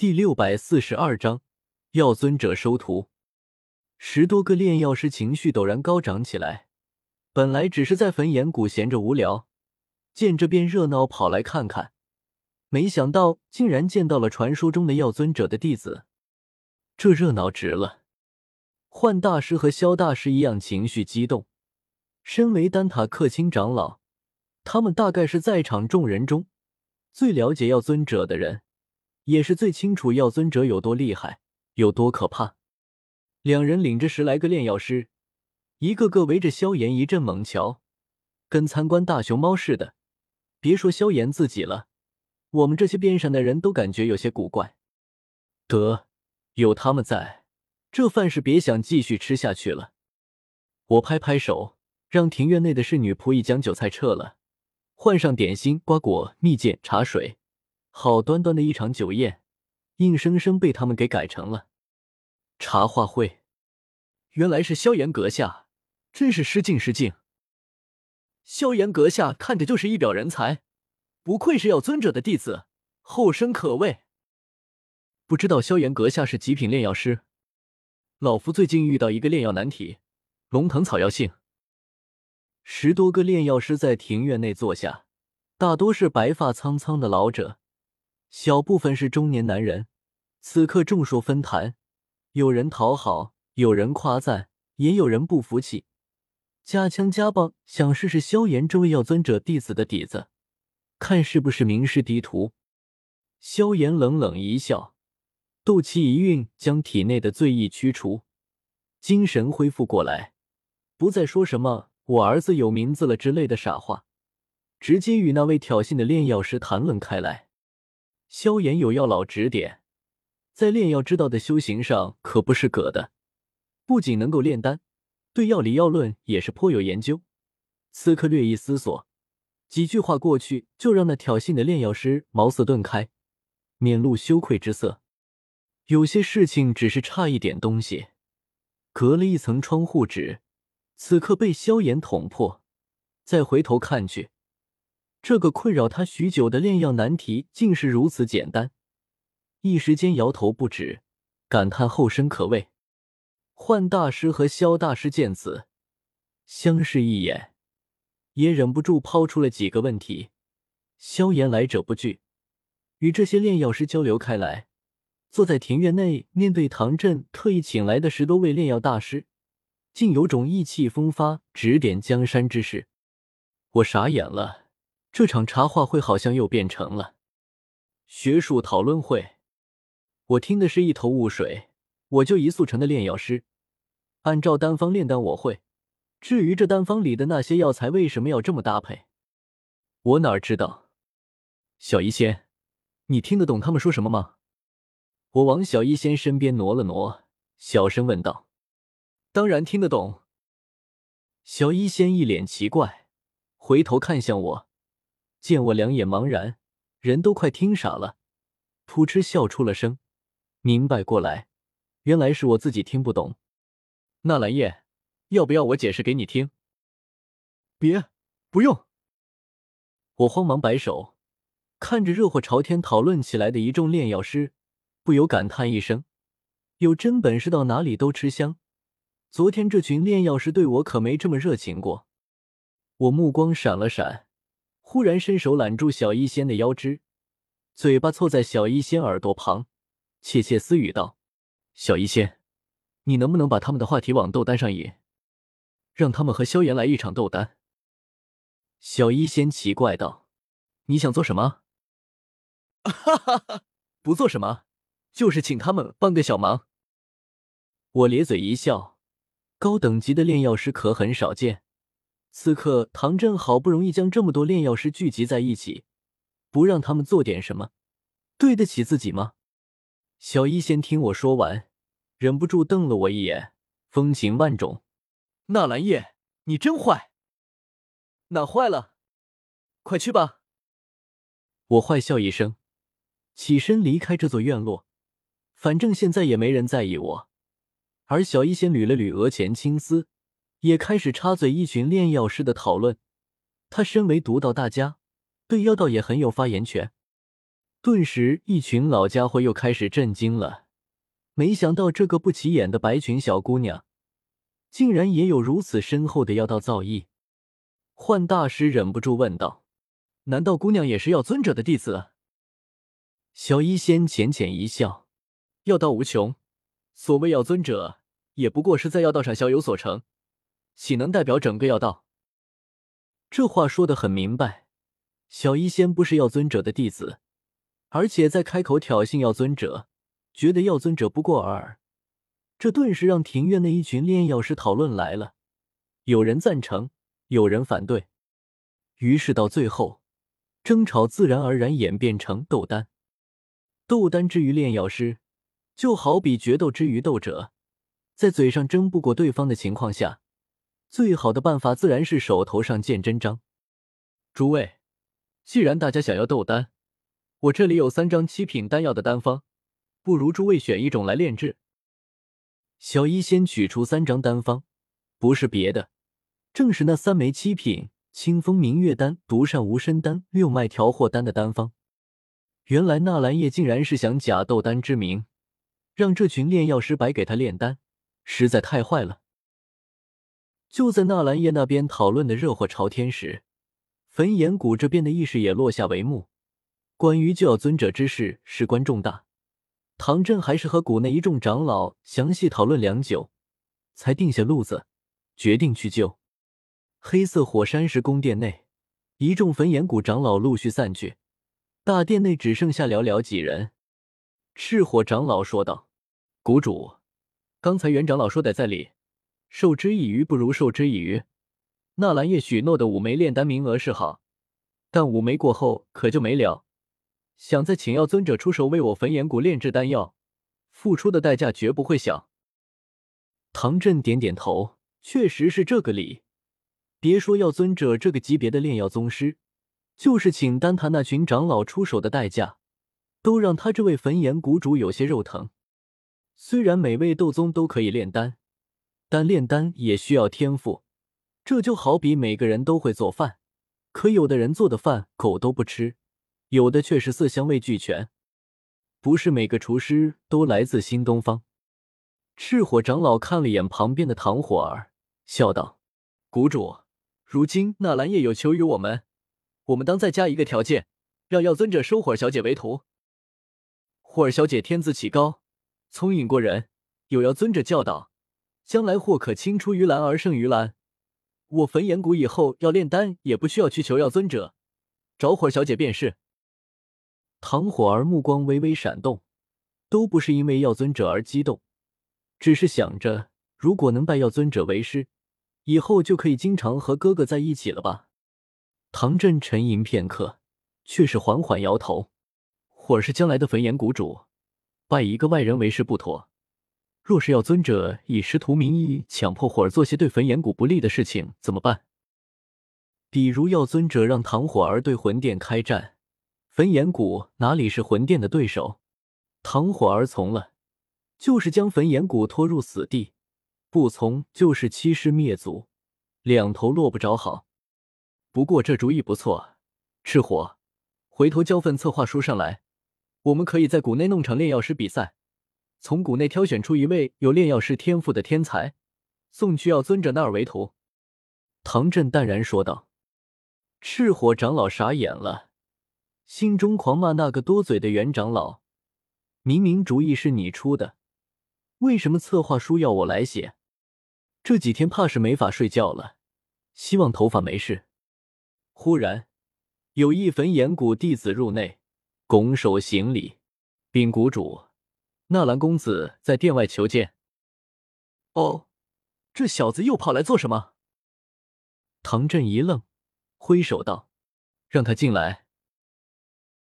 第642章药尊者收徒。10多个炼药师情绪陡然高涨起来，本来只是在焚岩谷闲着无聊，见这边热闹跑来看看，没想到竟然见到了传说中的药尊者的弟子，这热闹值了。幻大师和萧大师一样情绪激动，身为丹塔克钦长老，他们大概是在场众人中最了解药尊者的人，也是最清楚药尊者有多厉害，有多可怕。两人领着10来个炼药师，一个个围着萧炎一阵猛瞧，跟参观大熊猫似的。别说萧炎自己了，我们这些边上的人都感觉有些古怪。得，有他们在，这饭是别想继续吃下去了。我拍拍手，让庭院内的侍女仆役将酒菜撤了，换上点心、瓜果、蜜饯、茶水，好端端的一场酒宴，硬生生被他们给改成了茶话会。原来是萧炎阁下，真是失敬失敬。萧炎阁下看着就是一表人才，不愧是药尊者的弟子，后生可畏。不知道萧炎阁下是极品炼药师？老夫最近遇到一个炼药难题，龙腾草药性。10多个炼药师在庭院内坐下，大多是白发苍苍的老者，小部分是中年男人，此刻众说纷纭，有人讨好，有人夸赞，也有人不服气，夹枪夹棒想试试萧炎这位药尊者弟子的底子，看是不是名师敌徒。萧炎冷冷一笑，斗气一运，将体内的醉意驱除，精神恢复过来，不再说什么我儿子有名字了之类的傻话，直接与那位挑衅的炼药师谈论开来。萧炎有药老指点，在炼药之道的修行上可不是葛的，不仅能够炼丹，对药理药论也是颇有研究。此刻略一思索，几句话过去，就让那挑衅的炼药师茅塞顿开，面露羞愧之色。有些事情只是差一点东西，隔了一层窗户纸，此刻被萧炎捅破。再回头看去，这个困扰他许久的炼药难题竟是如此简单，一时间摇头不止，感叹后生可畏。幻大师和萧大师见此，相视一眼，也忍不住抛出了几个问题。萧炎来者不拒，与这些炼药师交流开来。坐在庭院内，面对唐镇特意请来的10多位炼药大师，竟有种意气风发指点江山之势。我傻眼了，这场茶话会好像又变成了学术讨论会。我听的是一头雾水，我就一速成的炼药师，按照丹方炼丹我会，至于这丹方里的那些药材为什么要这么搭配，我哪知道。小医仙，你听得懂他们说什么吗？我往小医仙身边挪了挪，小声问道。当然听得懂。小医仙一脸奇怪，回头看向我，见我两眼茫然，人都快听傻了，扑哧笑出了声，明白过来，原来是我自己听不懂。纳兰叶，要不要我解释给你听？别，不用。我慌忙摆手，看着热火朝天讨论起来的一众炼药师，不由感叹一声，有真本事到哪里都吃香，昨天这群炼药师对我可没这么热情过。我目光闪了闪，忽然伸手揽住小医仙的腰肢，嘴巴凑在小医仙耳朵旁，窃窃私语道：小医仙，你能不能把他们的话题往斗丹上引，让他们和萧炎来一场斗丹？小医仙奇怪道：你想做什么？哈哈哈，不做什么，就是请他们帮个小忙。我咧嘴一笑，高等级的炼药师可很少见，此刻唐镇好不容易将这么多炼药师聚集在一起，不让他们做点什么，对得起自己吗？小医仙听我说完，忍不住瞪了我一眼，风情万种。纳兰叶，你真坏。哪坏了？快去吧。我坏笑一声，起身离开这座院落，反正现在也没人在意我。而小医仙捋了捋额前青丝，也开始插嘴一群炼药师的讨论。他身为独道大家，对药道也很有发言权。 顿时一群老家伙又开始震惊了，没想到这个不起眼的白裙小姑娘竟然也有如此深厚的药道造诣。幻大师忍不住问道：难道姑娘也是药尊者的弟子？小医仙浅浅一笑：药道无穷，所谓药尊者也不过是在药道上小有所成，岂能代表整个药道？这话说得很明白，小医仙不是药尊者的弟子，而且在开口挑衅药尊者，觉得药尊者不过尔尔。这顿时让庭院的一群炼药师讨论来了，有人赞成，有人反对，于是到最后，争吵自然而然演变成斗丹。斗丹之于炼药师，就好比决斗之于斗者，在嘴上争不过对方的情况下，最好的办法自然是手头上见真章。诸位，既然大家想要斗丹，我这里有3张7品丹药的丹方，不如诸位选一种来炼制。小医仙取出3张丹方，不是别的，正是那3枚7品清风明月丹、独善无身丹、六脉调和丹的丹方。原来纳兰叶竟然是想假斗丹之名，让这群炼药师白给他炼丹，实在太坏了。就在纳兰叶那边讨论的热火朝天时，焚炎谷这边的议事也落下帷幕。关于救药尊者之事事关重大，唐振还是和谷内一众长老详细讨论良久，才定下路子，决定去救。黑色火山石宫殿内，一众焚炎谷长老陆续散去，大殿内只剩下寥寥几人。赤火长老说道：谷主，刚才袁长老说得在理，授之以鱼不如授之以渔。纳兰叶许诺的5枚炼丹名额是好，但5枚过后可就没了。想再请药尊者出手为我焚炎谷炼制丹药，付出的代价绝不会小。唐振点点头，确实是这个理。别说药尊者这个级别的炼药宗师，就是请丹坛那群长老出手的代价，都让他这位焚炎谷主有些肉疼。虽然每位斗宗都可以炼丹，但炼丹也需要天赋。这就好比每个人都会做饭，可有的人做的饭狗都不吃，有的却是色香味俱全。不是每个厨师都来自新东方。赤火长老看了眼旁边的唐火儿，笑道：谷主，如今纳兰叶有求于我们，我们当再加一个条件，让药尊者收火儿小姐为徒。火儿小姐天资奇高，聪颖过人，有药尊者教导，将来或可青出于蓝而胜于蓝。我焚炎谷以后要炼丹也不需要去求药尊者，找火儿小姐便是。唐火儿目光微微闪动，都不是因为药尊者而激动，只是想着如果能拜药尊者为师，以后就可以经常和哥哥在一起了吧。唐振沉吟片刻，却是缓缓摇头：火儿是将来的焚炎谷主，拜一个外人为师不妥。若是药尊者以师徒名义强迫火儿做些对焚炎谷不利的事情怎么办？比如药尊者让唐火儿对魂殿开战，焚炎谷哪里是魂殿的对手？唐火儿从了，就是将焚炎谷拖入死地；不从，就是欺师灭祖，两头落不着好。不过这主意不错，赤火，回头交份策划书上来，我们可以在谷内弄场炼药师比赛，从谷内挑选出一位有炼药师天赋的天才，送去药尊者那儿为徒。唐振淡然说道。赤火长老傻眼了，心中狂骂那个多嘴的袁长老，明明主意是你出的，为什么策划书要我来写？这几天怕是没法睡觉了，希望头发没事。忽然有一焚炎谷弟子入内，拱手行礼：禀谷主，纳兰公子在殿外求见。哦，这小子又跑来做什么？唐振一愣，挥手道：让他进来。